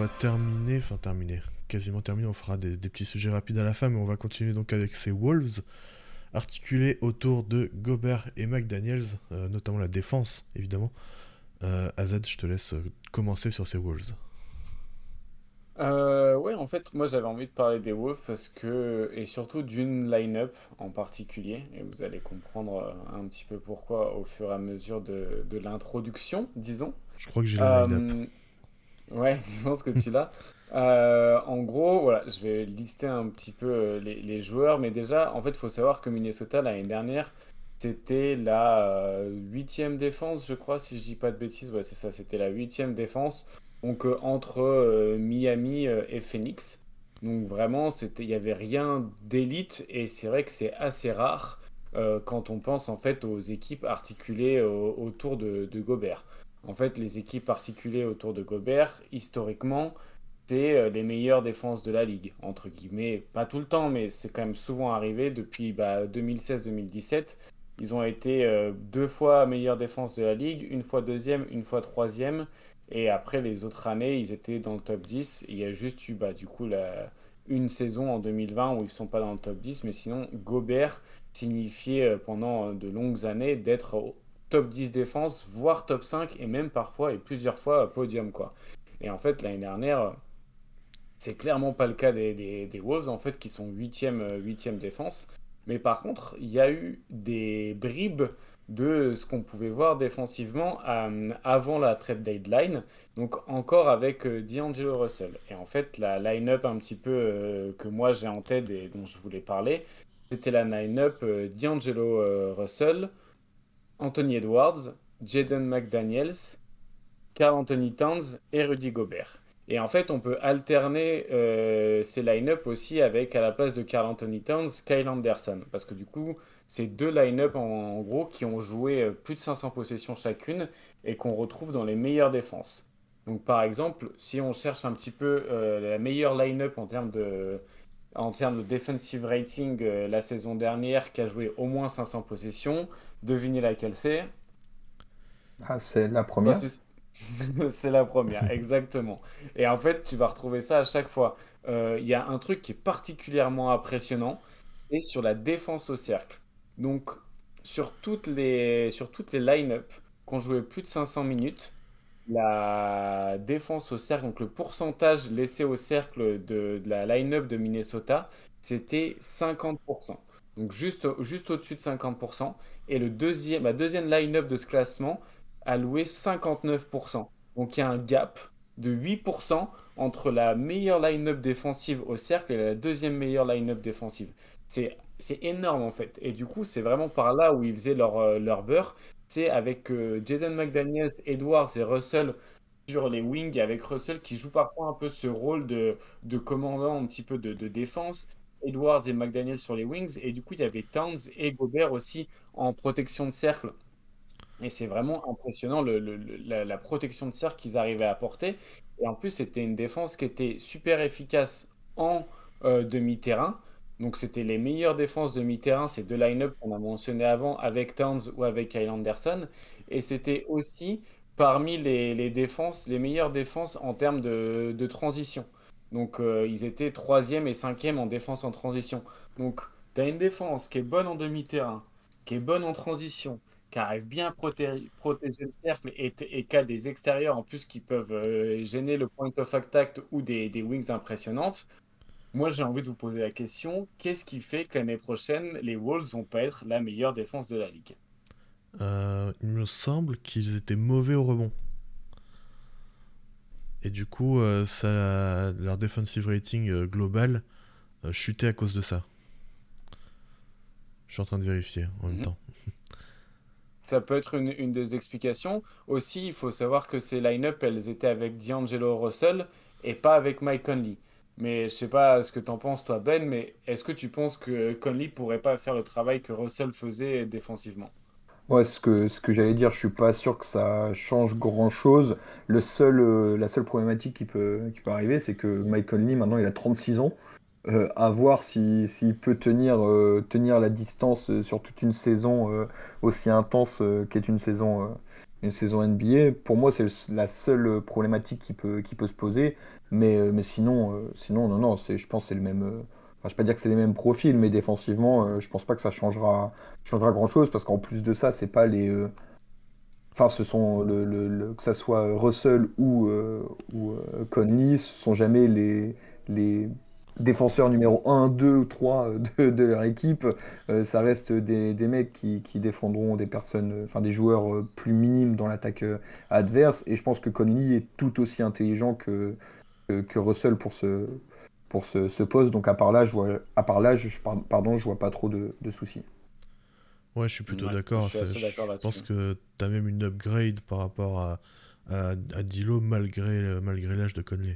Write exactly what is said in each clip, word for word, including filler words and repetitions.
pas terminer, enfin terminer, quasiment terminer, on fera des, des petits sujets rapides à la fin, mais on va continuer donc avec ces Wolves, articulés autour de Gobert et McDaniels, euh, notamment la défense, évidemment. Euh, A Z, je te laisse euh, commencer sur ces Wolves. Euh, ouais, en fait, moi j'avais envie de parler des Wolves parce que, et surtout d'une line-up en particulier, et vous allez comprendre euh, un petit peu pourquoi au fur et à mesure de, de l'introduction, disons. Je crois que j'ai la line-up. Euh, ouais, je pense que tu l'as. Euh, en gros, voilà, je vais lister un petit peu euh, les, les joueurs, mais déjà, en fait, il faut savoir que Minnesota l'année dernière, c'était la euh, huitième défense, je crois, si je dis pas de bêtises. Ouais, c'est ça, c'était la huitième défense. Donc euh, entre euh, Miami euh, et Phoenix. Donc vraiment, c'était, il y avait rien d'élite et c'est vrai que c'est assez rare euh, quand on pense en fait aux équipes articulées euh, autour de, de Gobert. En fait, les équipes articulées autour de Gobert, historiquement, c'est euh, les meilleures défenses de la ligue, entre guillemets. Pas tout le temps, mais c'est quand même souvent arrivé depuis bah, deux mille seize-deux mille dix-sept. Ils ont été euh, deux fois meilleure défense de la ligue, une fois deuxième, une fois troisième. Et après, les autres années, ils étaient dans le top dix. Il y a juste eu bah, du coup la- une saison en deux mille vingt où ils ne sont pas dans le top dix. Mais sinon, Gobert signifiait euh, pendant euh, de longues années d'être au top dix défense, voire top cinq, et même parfois et plusieurs fois euh, podium, quoi. Et en fait, l'année dernière, c'est clairement pas le cas des, des, des Wolves, en fait, qui sont huitième huitième défense. Mais par contre, il y a eu des bribes de ce qu'on pouvait voir défensivement euh, avant la trade deadline, donc encore avec euh, D'Angelo Russell. Et en fait, la line-up un petit peu euh, que moi j'ai en tête et dont je voulais parler, c'était la line-up euh, D'Angelo euh, Russell, Anthony Edwards, Jaden McDaniels, Karl Anthony Towns et Rudy Gobert. Et en fait, on peut alterner euh, ces line-up aussi avec, à la place de Karl Anthony Towns, Kyle Anderson. Parce que du coup, c'est deux line-up en, en gros qui ont joué euh, plus de cinq cents possessions chacune et qu'on retrouve dans les meilleures défenses. Donc par exemple, si on cherche un petit peu euh, la meilleure line-up en termes de, en termes de defensive rating euh, la saison dernière qui a joué au moins cinq cents possessions, devinez laquelle c'est. Ah, c'est la Bah, première. c'est c'est la première, exactement. Et en fait, tu vas retrouver ça à chaque fois. Euh, Il y a un truc qui est particulièrement impressionnant, et sur la défense au cercle. Donc, sur toutes les, sur toutes les line-up qu'on jouait plus de cinq cents minutes, la défense au cercle, donc le pourcentage laissé au cercle de, de la line-up de Minnesota, c'était cinquante pour cent. Donc juste, au- juste au-dessus de cinquante pour cent. Et le deuxième, la deuxième line-up de ce classement a loué cinquante-neuf pour cent. Donc il y a un gap de huit pour cent entre la meilleure line-up défensive au cercle et la deuxième meilleure line-up défensive. C'est, c'est énorme en fait. Et du coup, c'est vraiment par là où ils faisaient leur, euh, leur beurre, c'est avec euh, Jaden McDaniels, Edwards et Russell sur les wings, et avec Russell qui joue parfois un peu ce rôle de, de commandant un petit peu de, de défense, Edwards et McDaniels sur les wings, et du coup il y avait Towns et Gobert aussi en protection de cercle. Et c'est vraiment impressionnant le- le- le- la, la protection de cercle qu'ils arrivaient à apporter. Et en plus, c'était une défense qui était super efficace en euh, demi-terrain. Donc, c'était les meilleures défenses demi-terrain, ces deux line-up qu'on a mentionné avant, avec Towns ou avec Kyle Anderson. Et c'était aussi parmi les, les défenses, les meilleures défenses en termes de, de transition. Donc, euh, ils étaient troisième et cinquième en défense en transition. Donc, tu as une défense qui est bonne en demi-terrain, qui est bonne en transition, qui arrive bien à proté- protéger le cercle et, et qui a des extérieurs en plus qui peuvent euh, gêner le point of attack ou des, des wings impressionnantes. Moi, j'ai envie de vous poser la question, qu'est-ce qui fait que l'année prochaine, les Wolves vont pas être la meilleure défense de la ligue? Euh, il me semble qu'ils étaient mauvais au rebond. Et du coup, euh, ça, leur defensive rating euh, global euh, chutait à cause de ça. Je suis en train de vérifier en même Mhm. temps. Ça peut être une, une des explications. Aussi, il faut savoir que ces line-up, elles étaient avec D'Angelo Russell et pas avec Mike Conley. Mais je sais pas ce que t'en penses, toi, Ben, mais est-ce que tu penses que Conley pourrait pas faire le travail que Russell faisait défensivement? Ouais, ce que, ce que j'allais dire, je suis pas sûr que ça change grand-chose. Le seul, euh, la seule problématique qui peut, qui peut arriver, c'est que Mike Conley, maintenant, il a trente-six ans. Euh, à voir si, s'il peut tenir, euh, tenir la distance euh, sur toute une saison euh, aussi intense euh, qu'est une saison, euh, une saison N B A. Pour moi, c'est le- la seule problématique qui peut, qui peut se poser. Mais, euh, mais sinon, euh, sinon, non, non, c'est, je pense que c'est le même. euh, Enfin, je ne vais pas dire que c'est les mêmes profils, mais défensivement, euh, je pense pas que ça changera, changera grand-chose parce qu'en plus de ça, c'est pas les. euh, Enfin, ce sont le, le- le- que ça soit Russell ou, euh, ou euh, Conley, ce sont jamais les, les défenseurs numéro un, deux ou trois de, de leur équipe. Euh, ça reste des, des mecs qui, qui défendront des personnes, euh, enfin des joueurs euh, plus minimes dans l'attaque euh, adverse. Et je pense que Conley est tout aussi intelligent que, que, que Russell pour ce, pour ce, ce poste. Donc à part là, je vois, à part là, je, je- pardon, je vois pas trop de, de soucis. Ouais, je suis plutôt Ouais, je d'accord. suis c'est- assez d'accord Je pense là-dessus. que t'as même une upgrade par rapport à, à, à Dilo malgré, malgré l'âge de Conley.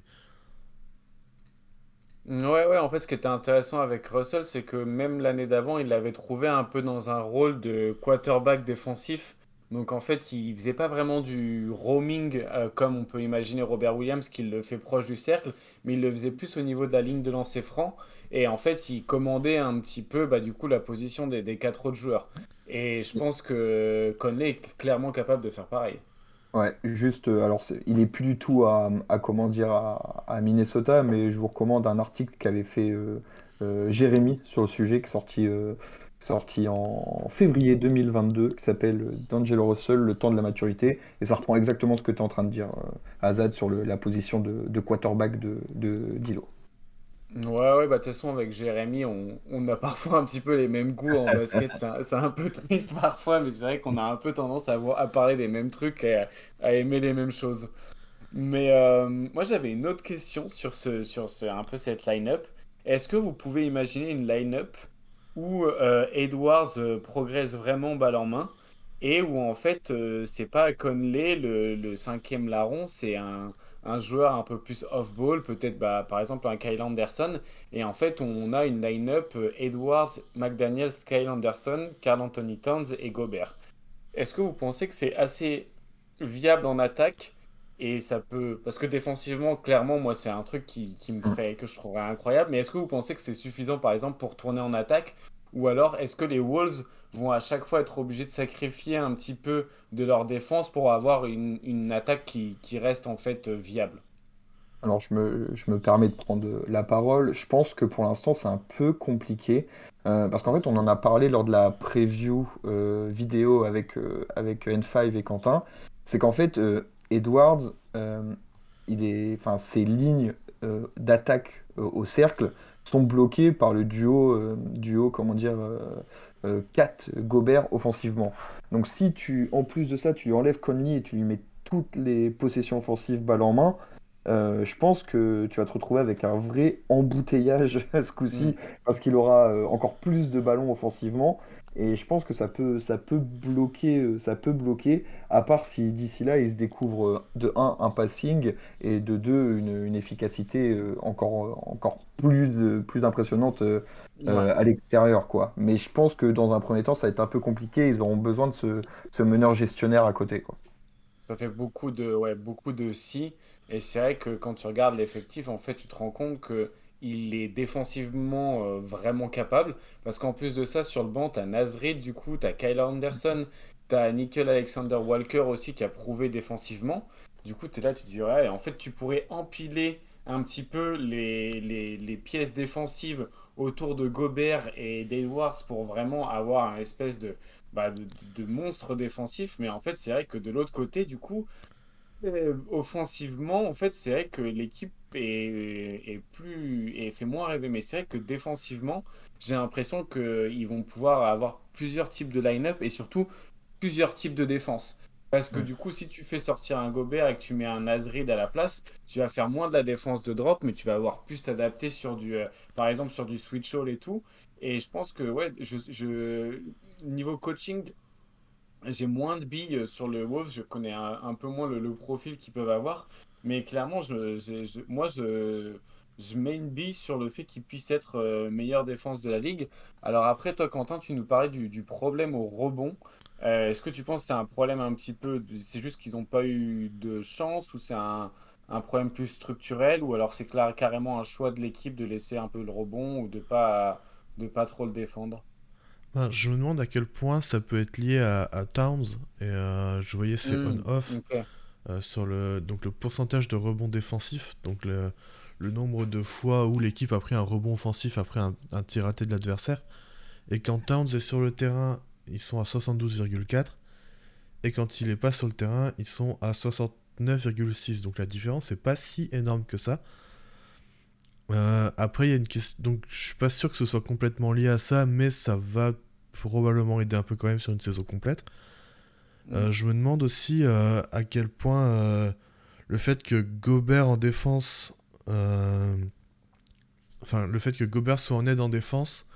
Ouais, ouais, en fait, ce qui était intéressant avec Russell, c'est que même l'année d'avant, il l'avait trouvé un peu dans un rôle de quarterback défensif. Donc, en fait, il faisait pas vraiment du roaming euh, comme on peut imaginer Robert Williams qui le fait proche du cercle, mais il le faisait plus au niveau de la ligne de lancer franc. Et en fait, il commandait un petit peu, bah, du coup, la position des, des quatre autres joueurs. Et je pense que Conley est clairement capable de faire pareil. Ouais, juste, euh, alors c'est- il est plus du tout à, à comment dire à, à Minnesota, mais je vous recommande un article qu'avait fait euh, euh, Jérémy sur le sujet, qui est sorti, euh, sorti en février deux mille vingt-deux, qui s'appelle euh, D'Angelo Russell, le temps de la maturité, et ça reprend exactement ce que tu es en train de dire, euh, Azad, sur le- la position de, de quarterback de, de Dilo. Ouais, ouais, bah de toute façon, avec Jérémy, on, on a parfois un petit peu les mêmes goûts en basket. C'est un, c'est un peu triste parfois, mais c'est vrai qu'on a un peu tendance à, voir, à parler des mêmes trucs et à, à aimer les mêmes choses. Mais euh, moi, j'avais une autre question sur ce, sur ce, un peu cette line-up. Est-ce que vous pouvez imaginer une line-up où euh, Edwards euh, progresse vraiment balle en main et où en fait, euh, c'est pas Conley le, le cinquième larron, c'est un, un joueur un peu plus off-ball, peut-être bah, par exemple un Kyle Anderson. Et en fait, on a une line-up euh, Edwards, McDaniels, Kyle Anderson, Karl Anthony Towns et Gobert. Est-ce que vous pensez que c'est assez viable en attaque et ça peut... Parce que défensivement, clairement, moi, c'est un truc qui, qui me ferait, que je trouverais incroyable. Mais est-ce que vous pensez que c'est suffisant, par exemple, pour tourner en attaque? Ou alors, est-ce que les Wolves vont à chaque fois être obligés de sacrifier un petit peu de leur défense pour avoir une, une attaque qui, qui reste en fait euh, viable? Alors, je me, je me permets de prendre la parole. Je pense que pour l'instant, c'est un peu compliqué. Euh, parce qu'en fait, on en a parlé lors de la preview euh, vidéo avec, euh, avec N cinq et Quentin. C'est qu'en fait, euh, Edwards, euh, il est, enfin, ses lignes euh, d'attaque euh, au cercle sont bloquées par le duo, euh, duo comment dire, euh, euh, Kat Gobert offensivement. Donc, si tu, en plus de ça, tu lui enlèves Conley et tu lui mets toutes les possessions offensives balle en main, euh, je pense que tu vas te retrouver avec un vrai embouteillage ce coup-ci, Hmm. parce qu'il aura euh, encore plus de ballons offensivement. Et je pense que ça peut, ça peut bloquer, euh, ça peut bloquer, à part si d'ici là, il se découvre euh, de un, un passing, et de deux, une, une efficacité euh, encore, euh, encore plus, de- plus impressionnante euh, Ouais. euh, à l'extérieur, quoi. Mais je pense que dans un premier temps, ça va être un peu compliqué. Ils auront besoin de ce, ce meneur gestionnaire à côté, quoi. Ça fait beaucoup de, ouais, beaucoup de si. Et c'est vrai que quand tu regardes l'effectif, en fait, tu te rends compte que il est défensivement euh, vraiment capable. Parce qu'en plus de ça, sur le banc, tu as Nasrid, du coup, tu as Kyle Anderson, tu as Nickel Alexander Walker aussi qui a prouvé défensivement. Du coup, tu es là, tu te dis, ouais, en fait, tu pourrais empiler un petit peu les, les, les pièces défensives autour de Gobert et d'Edwards pour vraiment avoir un espèce de, bah, de, de monstre défensif. Mais en fait, c'est vrai que de l'autre côté, du coup, euh, offensivement, en fait, c'est vrai que l'équipe est, est plus et fait moins rêver. Mais c'est vrai que défensivement, j'ai l'impression qu'ils vont pouvoir avoir plusieurs types de line-up et surtout plusieurs types de défense. Parce que Mm. du coup, si tu fais sortir un Gobert et que tu mets un Nasrid à la place, tu vas faire moins de la défense de drop, mais tu vas avoir plus t'adapter sur du, euh, par exemple, sur du switch all et tout. Et je pense que, ouais, je, je- niveau coaching, j'ai moins de billes sur le Wolves, je connais un, un peu moins le, le profil qu'ils peuvent avoir, mais clairement, je, j'ai- je- moi, je, je mets une bille sur le fait qu'ils puissent être euh, meilleure défense de la ligue. Alors après, toi, Quentin, tu nous parlais du, du problème au rebond. Euh, est-ce que tu penses que c'est un problème un petit peu, de- c'est juste qu'ils n'ont pas eu de chance, ou c'est un, un problème plus structurel, ou alors c'est clar- carrément un choix de l'équipe de laisser un peu le rebond ou de pas, de pas trop le défendre? Ben, je me demande à quel point ça peut être lié à, à Towns. Et euh, je voyais c'est Hmm, on-off ok. euh, sur le, donc le pourcentage de rebond défensif. Donc le, le nombre de fois où l'équipe a pris un rebond offensif après un, un tir raté de l'adversaire. Et quand Towns est sur le terrain, ils sont à soixante-douze virgule quatre. Et quand il est pas sur le terrain, ils sont à soixante-neuf virgule six. Donc la différence n'est pas si énorme que ça. Euh, après, il y a une question. Donc, je suis pas sûr que ce soit complètement lié à ça, mais ça va probablement aider un peu quand même sur une saison complète. Hmm. Euh, je me demande aussi euh, à quel point euh, le fait que Gobert en défense. euh, Enfin, le fait que Gobert soit en aide en défense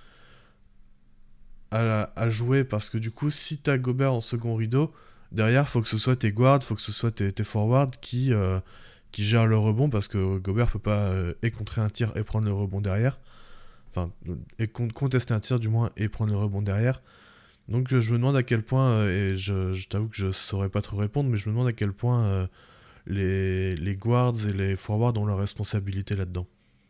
à, à jouer, parce que du coup, si t'as Gobert en second rideau, derrière, faut que ce soit tes guards, faut que ce soit tes, tes forwards qui, euh, qui gèrent le rebond, parce que Gobert peut pas euh, et contrer un tir et prendre le rebond derrière. Enfin, et con- contester un tir du moins et prendre le rebond derrière. Donc euh, je me demande à quel point, euh, et je, je t'avoue que je saurais pas trop répondre, mais je me demande à quel point euh, les, les guards et les forwards ont leur responsabilité là-dedans.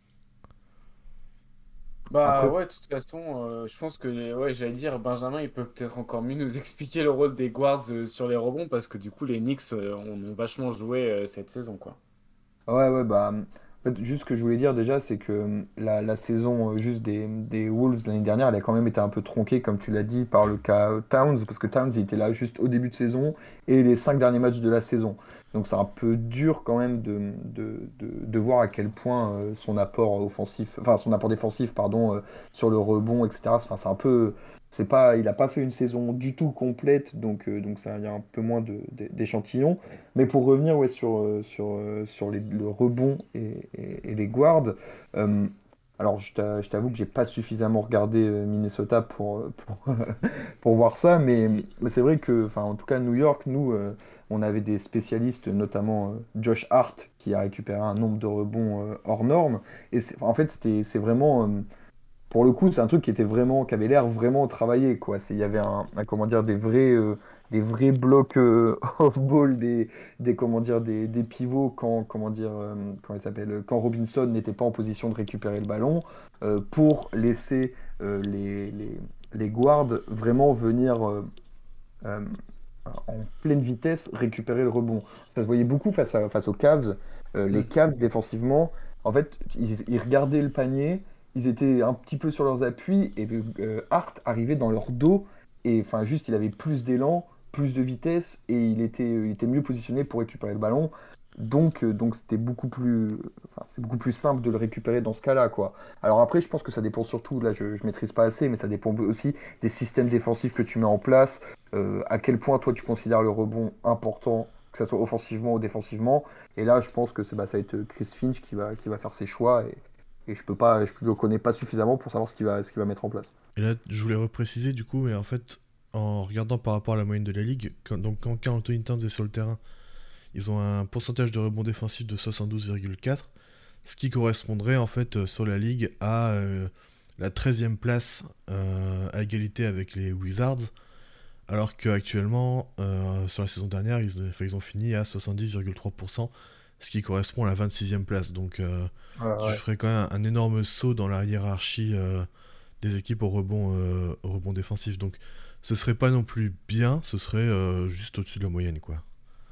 Bah Après, ouais, de toute façon, euh, je pense que les- ouais, j'allais dire, Benjamin, il peut peut-être encore mieux nous expliquer le rôle des guards euh, sur les rebonds parce que du coup, les Knicks euh, en ont vachement joué euh, cette saison, quoi. ouais, ouais, bah, en fait, juste ce que je voulais dire déjà, c'est que hum, la, la saison euh, juste des, des Wolves l'année dernière, elle a quand même été un peu tronquée, comme tu l'as dit, par le cas euh, Towns, parce que Towns, il était là juste au début de saison et les cinq derniers matchs de la saison. Donc c'est un peu dur quand même de, de, de, de voir à quel point euh, son apport offensif, enfin son apport défensif, pardon, euh, sur le rebond, et cetera. Enfin, c'est un peu, c'est pas, il n'a pas fait une saison du tout complète, donc, euh, donc ça, il y a un peu moins de, de- d'échantillons. Mais pour revenir ouais, sur, euh, sur, euh, sur les- le rebond et, et- et les guards, euh, alors je t'a- je t'avoue que j'ai pas suffisamment regardé euh, Minnesota pour, euh, pour, pour voir ça, mais, mais c'est vrai que, enfin, en tout cas, à New York, nous, euh, on avait des spécialistes, notamment euh, Josh Hart, qui a récupéré un nombre de rebonds euh, hors norme. Et c'est- en fait, c'était, c'est vraiment. euh, pour le coup, c'est un truc qui était vraiment, qui avait l'air vraiment travaillé, quoi. C'est, il y avait un, un, comment dire, des vrais, euh, des vrais blocs euh, off-ball, des, des, comment dire, des, des pivots quand, comment dire, euh, comment il s'appelle, quand Robinson n'était pas en position de récupérer le ballon, euh, pour laisser euh, les, les, les guards vraiment venir euh, euh, en pleine vitesse récupérer le rebond. Ça se voyait beaucoup face, à, face aux Cavs. Euh, les Hmm. Cavs, défensivement, en fait, ils, ils regardaient le panier, ils étaient un petit peu sur leurs appuis, et euh, Hart arrivait dans leur dos, et enfin, juste, il avait plus d'élan, plus de vitesse, et il était, il était mieux positionné pour récupérer le ballon. Donc, euh, donc c'était beaucoup plus, enfin, c'est beaucoup plus simple de le récupérer dans ce cas-là, quoi. Alors après, je pense que ça dépend surtout, là, je, je maîtrise pas assez, mais ça dépend aussi des systèmes défensifs que tu mets en place, euh, à quel point toi tu considères le rebond important, que ce soit offensivement ou défensivement. Et là, je pense que c'est, bah, ça va être Chris Finch qui va, qui va faire ses choix et, et je peux pas, je le connais pas suffisamment pour savoir ce qu'il va, ce qu'il va mettre en place. Et là, je voulais repréciser du coup, mais en fait, en regardant par rapport à la moyenne de la ligue, quand, donc quand Karl Anthony Towns est sur le terrain, ils ont un pourcentage de rebond défensif de soixante-douze virgule quatre, ce qui correspondrait en fait euh, sur la ligue à euh, la treizième place euh, à égalité avec les Wizards, alors qu'actuellement, euh, sur la saison dernière, ils, enfin, ils ont fini à soixante-dix virgule trois pour cent, ce qui correspond à la vingt-sixième place. Donc euh, Ouais, tu ouais. ferais quand même un, un énorme saut dans la hiérarchie euh, des équipes au rebond, euh, au rebond défensif. Donc ce serait pas non plus bien, ce serait euh, juste au-dessus de la moyenne, quoi.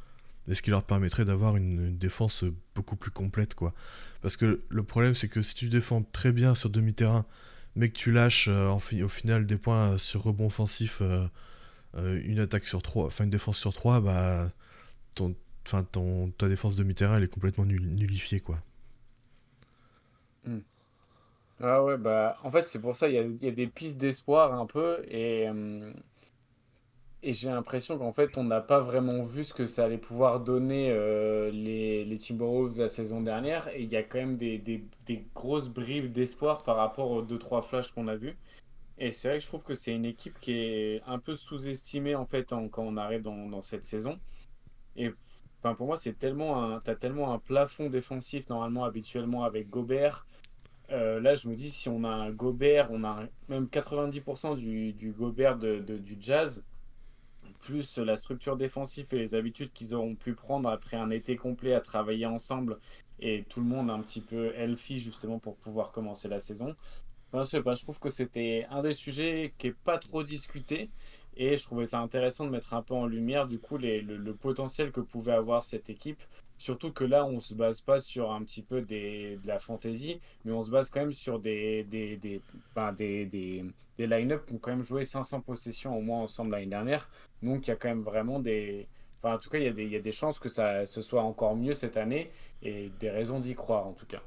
Et ce qui leur permettrait d'avoir une, une défense beaucoup plus complète, quoi. Parce que le problème, c'est que si tu défends très bien sur demi-terrain, mais que tu lâches euh, en fi- au final des points euh, sur rebond offensif, euh, euh, une attaque sur trois, enfin une défense sur trois, bah ton, enfin ton, ta défense demi-terrain elle est complètement nul- nullifiée, quoi. Hmm. Ah ouais, bah en fait, c'est pour ça, il y a, il y a des pistes d'espoir un peu et, euh, et j'ai l'impression qu'en fait, on n'a pas vraiment vu ce que ça allait pouvoir donner euh, les, les Timberwolves la saison dernière et il y a quand même des, des, des grosses bribes d'espoir par rapport aux deux trois flashs qu'on a vus. Et c'est vrai que je trouve que c'est une équipe qui est un peu sous-estimée en fait en- quand on arrive dans, dans cette saison. Et enfin, pour moi, c'est tellement un, t'as tellement un plafond défensif normalement habituellement avec Gobert. Euh, là, je me dis, si on a un Gobert, on a un- même quatre-vingt-dix pour cent du, du Gobert de, de- du Jazz, plus la structure défensive et les habitudes qu'ils auront pu prendre après un été complet à travailler ensemble et tout le monde un petit peu healthy justement pour pouvoir commencer la saison. Enfin, je sais pas, je trouve que c'était un des sujets qui est pas trop discuté et je trouvais ça intéressant de mettre un peu en lumière du coup les- le, le potentiel que pouvait avoir cette équipe. Surtout que là, on se base pas sur un petit peu des, de la fantaisie, mais on se base quand même sur des, des, des, ben, des, des, des line-up qui ont quand même joué cinq cents possessions au moins ensemble l'année dernière. Donc il y a quand même vraiment des... Enfin, en tout cas, il y a des, il y a des chances que ça ce soit encore mieux cette année et des raisons d'y croire en tout cas.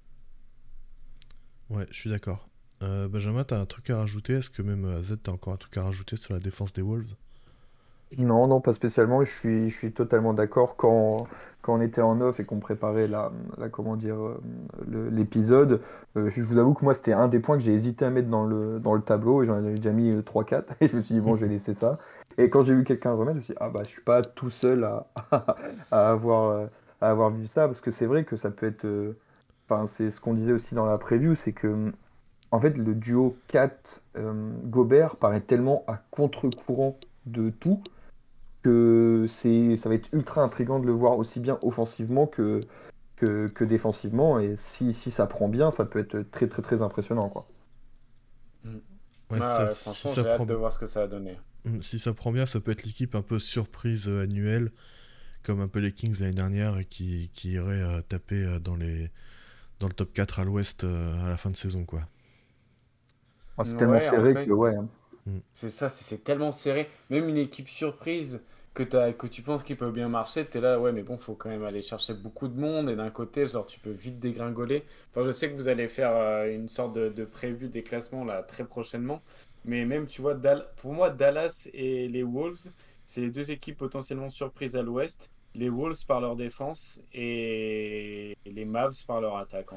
Ouais, je suis d'accord. Euh, Benjamin, t'as un truc à rajouter? Est-ce que même euh, Z, t'as encore un truc à rajouter sur la défense des Wolves? Non, non, pas spécialement. Je suis, je suis totalement d'accord. Quand, quand on était en off et qu'on préparait la, la- comment dire, euh, le- l'épisode, euh, je vous avoue que moi, c'était un des points que j'ai hésité à mettre dans le, dans le tableau. Et j'en avais déjà mis euh, trois quatre. Et je me suis dit, bon, je vais laisser ça. Et quand j'ai vu quelqu'un le remettre, je me suis dit, ah bah, je suis pas tout seul à, à avoir, euh, à avoir vu ça. Parce que c'est vrai que ça peut être. euh, Enfin, c'est ce qu'on disait aussi dans la preview, c'est que, en fait, le duo Kat euh, Gobert paraît tellement à contre-courant de tout que c'est, ça va être ultra intriguant de le voir aussi bien offensivement que, que, que défensivement. Et si, si ça prend bien, ça peut être très très très impressionnant, quoi. Mm. Ouais, Ah ça, ouais, si franchement, ça j'ai hâte prend, de voir ce que ça va donner. mm, si ça prend bien, ça peut être l'équipe un peu surprise euh, annuelle, comme un peu les Kings l'année dernière, et qui, qui irait euh, taper euh, dans les, dans le top quatre à l'ouest euh, à la fin de saison, quoi. Ah, c'est tellement Ouais, en serré que fait, ouais. Mm. c'est ça, c'est c'est tellement serré. Même une équipe surprise que, t'as, que tu penses qu'il peut bien marcher, t'es là, ouais, mais bon, faut quand même aller chercher beaucoup de monde. Et d'un côté, genre, tu peux vite dégringoler. Enfin, je sais que vous allez faire euh, une sorte de, de prévue des classements là très prochainement. Mais même, tu vois, Dal- pour moi, Dallas et les Wolves, c'est les deux équipes potentiellement surprises à l'ouest. Les Wolves par leur défense et les Mavs par leur attaque.